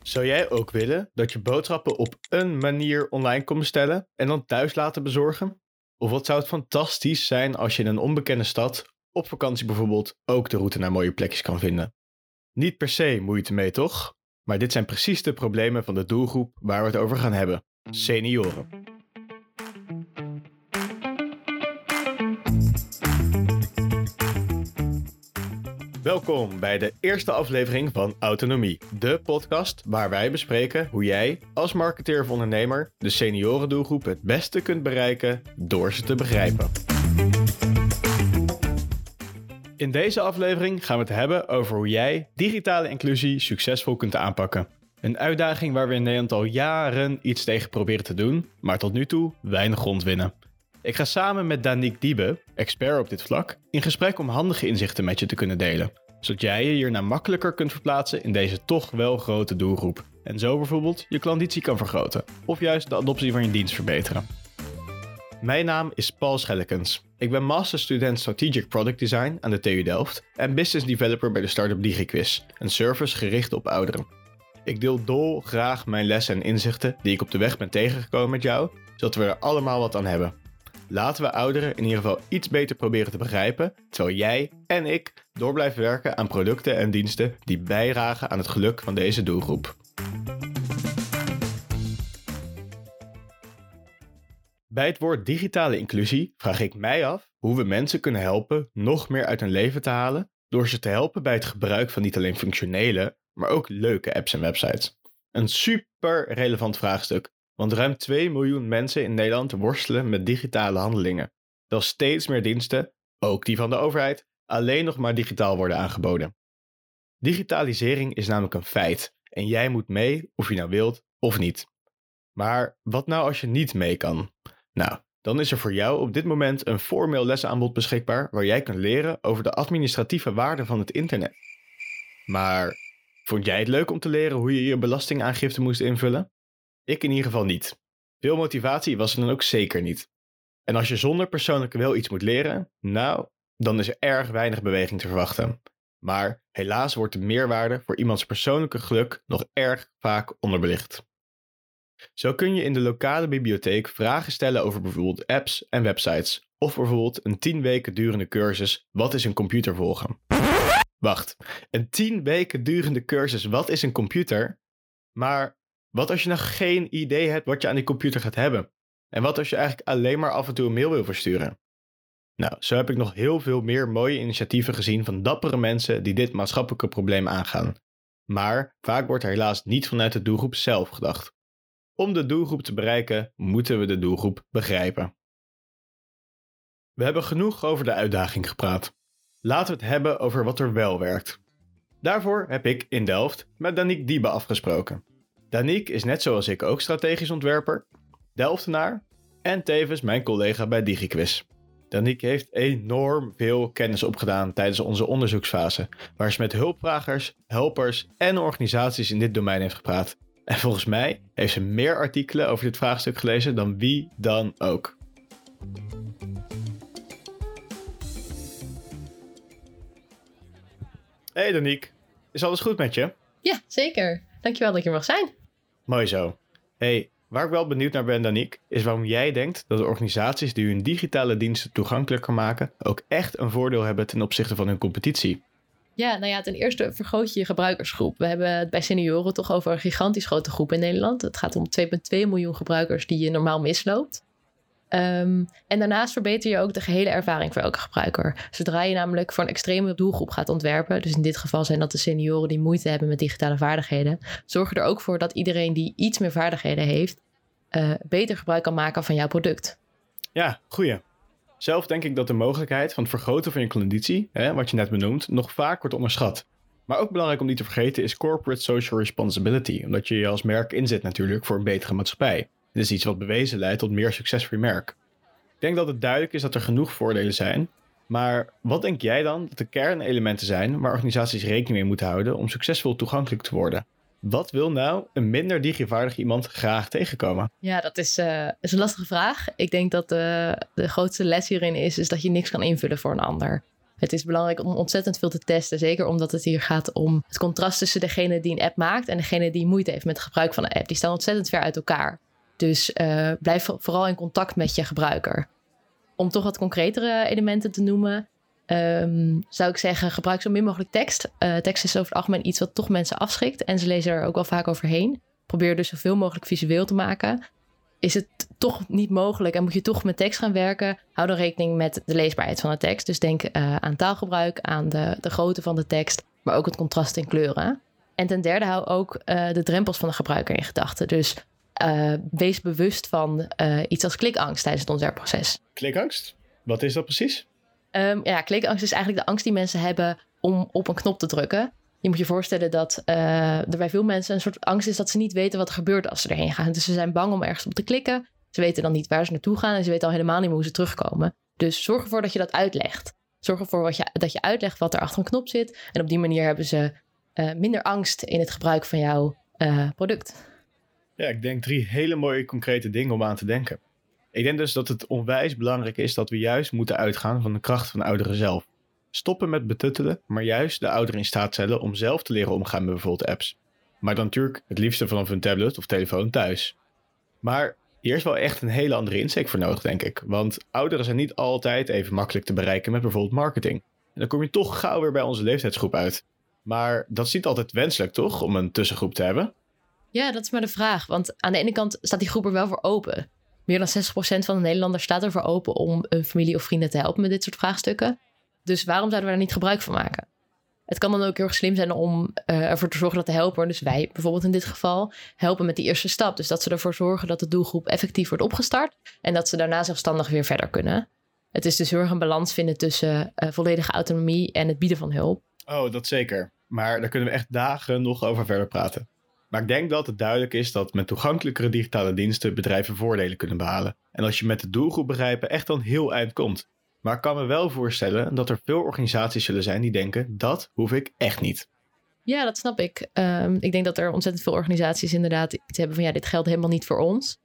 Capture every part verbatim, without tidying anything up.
Zou jij ook willen dat je boodschappen op een manier online komt bestellen en dan thuis laten bezorgen? Of wat zou het fantastisch zijn als je in een onbekende stad, op vakantie bijvoorbeeld, ook de route naar mooie plekjes kan vinden? Niet per se moeite mee, toch? Maar dit zijn precies de problemen van de doelgroep waar we het over gaan hebben: senioren. Welkom bij de eerste aflevering van Autonomie, de podcast waar wij bespreken hoe jij als marketeer of ondernemer de seniorendoelgroep het beste kunt bereiken door ze te begrijpen. In deze aflevering gaan we het hebben over hoe jij digitale inclusie succesvol kunt aanpakken. Een uitdaging waar we in Nederland al jaren iets tegen proberen te doen, maar tot nu toe weinig grond winnen. Ik ga samen met Danique Diebe, expert op dit vlak, in gesprek om handige inzichten met je te kunnen delen, zodat jij je hierna makkelijker kunt verplaatsen in deze toch wel grote doelgroep en zo bijvoorbeeld je klanditie kan vergroten of juist de adoptie van je dienst verbeteren. Mijn naam is Paul Schellekens. Ik ben masterstudent Strategic Product Design aan de T U Delft en business developer bij de start-up DigiQuiz, een service gericht op ouderen. Ik deel dol graag mijn lessen en inzichten die ik op de weg ben tegengekomen met jou, zodat we er allemaal wat aan hebben. Laten we ouderen in ieder geval iets beter proberen te begrijpen, terwijl jij en ik door blijven werken aan producten en diensten die bijdragen aan het geluk van deze doelgroep. Bij het woord digitale inclusie vraag ik mij af hoe we mensen kunnen helpen nog meer uit hun leven te halen door ze te helpen bij het gebruik van niet alleen functionele, maar ook leuke apps en websites. Een super relevant vraagstuk. Want ruim twee miljoen mensen in Nederland worstelen met digitale handelingen. Terwijl steeds meer diensten, ook die van de overheid, alleen nog maar digitaal worden aangeboden. Digitalisering is namelijk een feit en jij moet mee of je nou wilt of niet. Maar wat nou als je niet mee kan? Nou, dan is er voor jou op dit moment een formeel lesaanbod beschikbaar waar jij kunt leren over de administratieve waarde van het internet. Maar vond jij het leuk om te leren hoe je je belastingaangifte moest invullen? Ik in ieder geval niet. Veel motivatie was er dan ook zeker niet. En als je zonder persoonlijke wil iets moet leren, nou, dan is er erg weinig beweging te verwachten. Maar helaas wordt de meerwaarde voor iemands persoonlijke geluk nog erg vaak onderbelicht. Zo kun je in de lokale bibliotheek vragen stellen over bijvoorbeeld apps en websites. Of bijvoorbeeld een tien weken durende cursus Wat is een computer volgen. Wacht, een tien weken durende cursus Wat is een computer? Maar wat als je nog geen idee hebt wat je aan die computer gaat hebben? En wat als je eigenlijk alleen maar af en toe een mail wil versturen? Nou, zo heb ik nog heel veel meer mooie initiatieven gezien van dappere mensen die dit maatschappelijke probleem aangaan. Maar vaak wordt er helaas niet vanuit de doelgroep zelf gedacht. Om de doelgroep te bereiken, moeten we de doelgroep begrijpen. We hebben genoeg over de uitdaging gepraat. Laten we het hebben over wat er wel werkt. Daarvoor heb ik in Delft met Danique Diebe afgesproken. Danique is net zoals ik ook strategisch ontwerper, Delftenaar en tevens mijn collega bij DigiQuiz. Danique heeft enorm veel kennis opgedaan tijdens onze onderzoeksfase, waar ze met hulpvragers, helpers en organisaties in dit domein heeft gepraat. En volgens mij heeft ze meer artikelen over dit vraagstuk gelezen dan wie dan ook. Hey Danique, is alles goed met je? Ja, zeker. Dankjewel dat je er mag zijn. Mooi zo. Hey, waar ik wel benieuwd naar ben, Danique, is waarom jij denkt dat de organisaties die hun digitale diensten toegankelijker maken ook echt een voordeel hebben ten opzichte van hun competitie. Ja, nou ja, ten eerste vergroot je je gebruikersgroep. We hebben het bij senioren toch over een gigantisch grote groep in Nederland. Het gaat om twee komma twee miljoen gebruikers die je normaal misloopt. Um, en daarnaast verbeter je ook de gehele ervaring voor elke gebruiker. Zodra je namelijk voor een extreme doelgroep gaat ontwerpen, dus in dit geval zijn dat de senioren die moeite hebben met digitale vaardigheden, zorg je er ook voor dat iedereen die iets meer vaardigheden heeft, uh, beter gebruik kan maken van jouw product. Ja, goeie. Zelf denk ik dat de mogelijkheid van het vergroten van je klanditie, hè, wat je net benoemt, nog vaak wordt onderschat. Maar ook belangrijk om niet te vergeten is corporate social responsibility, omdat je je als merk inzet natuurlijk voor een betere maatschappij. Dit is iets wat bewezen leidt tot meer succes voor je merk. Ik denk dat het duidelijk is dat er genoeg voordelen zijn. Maar wat denk jij dan dat de kernelementen zijn waar organisaties rekening mee moeten houden om succesvol toegankelijk te worden? Wat wil nou een minder digivaardig iemand graag tegenkomen? Ja, dat is, uh, is een lastige vraag. Ik denk dat de, de grootste les hierin is, is dat je niks kan invullen voor een ander. Het is belangrijk om ontzettend veel te testen. Zeker omdat het hier gaat om het contrast tussen degene die een app maakt en degene die moeite heeft met het gebruik van een app. Die staan ontzettend ver uit elkaar. Dus uh, blijf vooral in contact met je gebruiker. Om toch wat concretere elementen te noemen, um, zou ik zeggen, gebruik zo min mogelijk tekst. Uh, tekst is over het algemeen iets wat toch mensen afschrikt en ze lezen er ook wel vaak overheen. Probeer dus zoveel mogelijk visueel te maken. Is het toch niet mogelijk en moet je toch met tekst gaan werken, hou dan rekening met de leesbaarheid van de tekst. Dus denk uh, aan taalgebruik, aan de, de grootte van de tekst, maar ook het contrast in kleuren. En ten derde hou ook uh, de drempels van de gebruiker in gedachten. Dus uh, wees bewust van uh, iets als klikangst tijdens het ontwerpproces. Klikangst? Wat is dat precies? Um, ja, klikangst is eigenlijk de angst die mensen hebben om op een knop te drukken. Je moet je voorstellen dat uh, er bij veel mensen een soort angst is dat ze niet weten wat er gebeurt als ze erheen gaan. Dus ze zijn bang om ergens op te klikken. Ze weten dan niet waar ze naartoe gaan en ze weten al helemaal niet meer hoe ze terugkomen. Dus zorg ervoor dat je dat uitlegt. Zorg ervoor wat je, dat je uitlegt wat er achter een knop zit. En op die manier hebben ze uh, minder angst in het gebruik van jouw uh, product. Ja, ik denk drie hele mooie concrete dingen om aan te denken. Ik denk dus dat het onwijs belangrijk is dat we juist moeten uitgaan van de kracht van de ouderen zelf. Stoppen met betuttelen, maar juist de ouderen in staat stellen om zelf te leren omgaan met bijvoorbeeld apps. Maar dan natuurlijk het liefste vanaf hun tablet of telefoon thuis. Maar hier is wel echt een hele andere insteek voor nodig, denk ik. Want ouderen zijn niet altijd even makkelijk te bereiken met bijvoorbeeld marketing. En dan kom je toch gauw weer bij onze leeftijdsgroep uit. Maar dat is niet altijd wenselijk, toch? Om een tussengroep te hebben. Ja, dat is maar de vraag. Want aan de ene kant staat die groep er wel voor open. Meer dan zestig procent van de Nederlanders staat er voor open om een familie of vrienden te helpen met dit soort vraagstukken. Dus waarom zouden we daar niet gebruik van maken? Het kan dan ook heel erg slim zijn om uh, ervoor te zorgen dat de helper, dus wij bijvoorbeeld in dit geval, helpen met die eerste stap. Dus dat ze ervoor zorgen dat de doelgroep effectief wordt opgestart en dat ze daarna zelfstandig weer verder kunnen. Het is dus heel erg een balans vinden tussen uh, volledige autonomie en het bieden van hulp. Oh, dat zeker. Maar daar kunnen we echt dagen nog over verder praten. Maar ik denk dat het duidelijk is dat met toegankelijkere digitale diensten bedrijven voordelen kunnen behalen. En als je met de doelgroep begrijpen echt dan heel eind komt. Maar ik kan me wel voorstellen dat er veel organisaties zullen zijn die denken, dat hoef ik echt niet. Ja, dat snap ik. Um, ik denk dat er ontzettend veel organisaties inderdaad iets hebben van ja, dit geldt helemaal niet voor ons.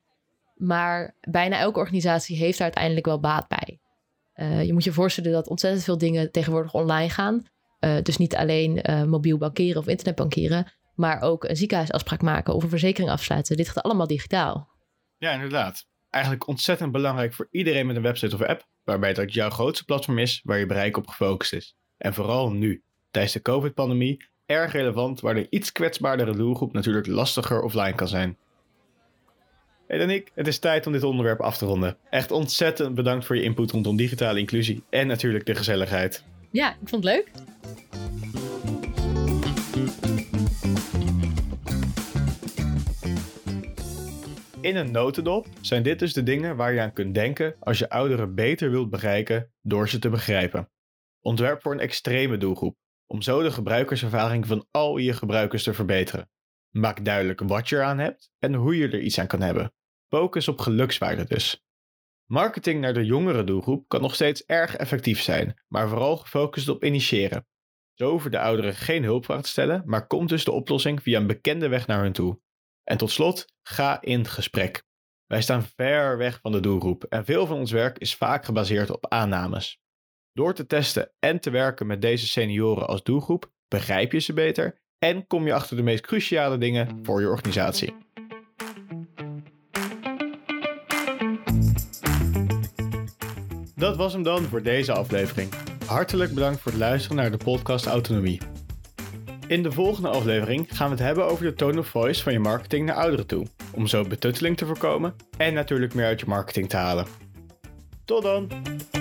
Maar bijna elke organisatie heeft daar uiteindelijk wel baat bij. Uh, je moet je voorstellen dat ontzettend veel dingen tegenwoordig online gaan. Uh, dus niet alleen uh, mobiel bankeren of internetbankieren, maar ook een ziekenhuisafspraak maken of een verzekering afsluiten. Dit gaat allemaal digitaal. Ja, inderdaad. Eigenlijk ontzettend belangrijk voor iedereen met een website of app, waarbij dat jouw grootste platform is waar je bereik op gefocust is. En vooral nu, tijdens de COVID-pandemie, erg relevant waar de iets kwetsbaardere doelgroep natuurlijk lastiger offline kan zijn. Hey Danique, het is tijd om dit onderwerp af te ronden. Echt ontzettend bedankt voor je input rondom digitale inclusie en natuurlijk de gezelligheid. Ja, ik vond het leuk. In een notendop zijn dit dus de dingen waar je aan kunt denken als je ouderen beter wilt bereiken door ze te begrijpen. Ontwerp voor een extreme doelgroep, om zo de gebruikerservaring van al je gebruikers te verbeteren. Maak duidelijk wat je eraan hebt en hoe je er iets aan kan hebben. Focus op gelukswaarde dus. Marketing naar de jongere doelgroep kan nog steeds erg effectief zijn, maar vooral gefocust op initiëren. Zo hoeven de ouderen geen hulpvraag te stellen, maar komt dus de oplossing via een bekende weg naar hun toe. En tot slot, ga in gesprek. Wij staan ver weg van de doelgroep en veel van ons werk is vaak gebaseerd op aannames. Door te testen en te werken met deze senioren als doelgroep, begrijp je ze beter en kom je achter de meest cruciale dingen voor je organisatie. Dat was hem dan voor deze aflevering. Hartelijk bedankt voor het luisteren naar de podcast Autonomie. In de volgende aflevering gaan we het hebben over de tone of voice van je marketing naar ouderen toe. Om zo betutteling te voorkomen en natuurlijk meer uit je marketing te halen. Tot dan!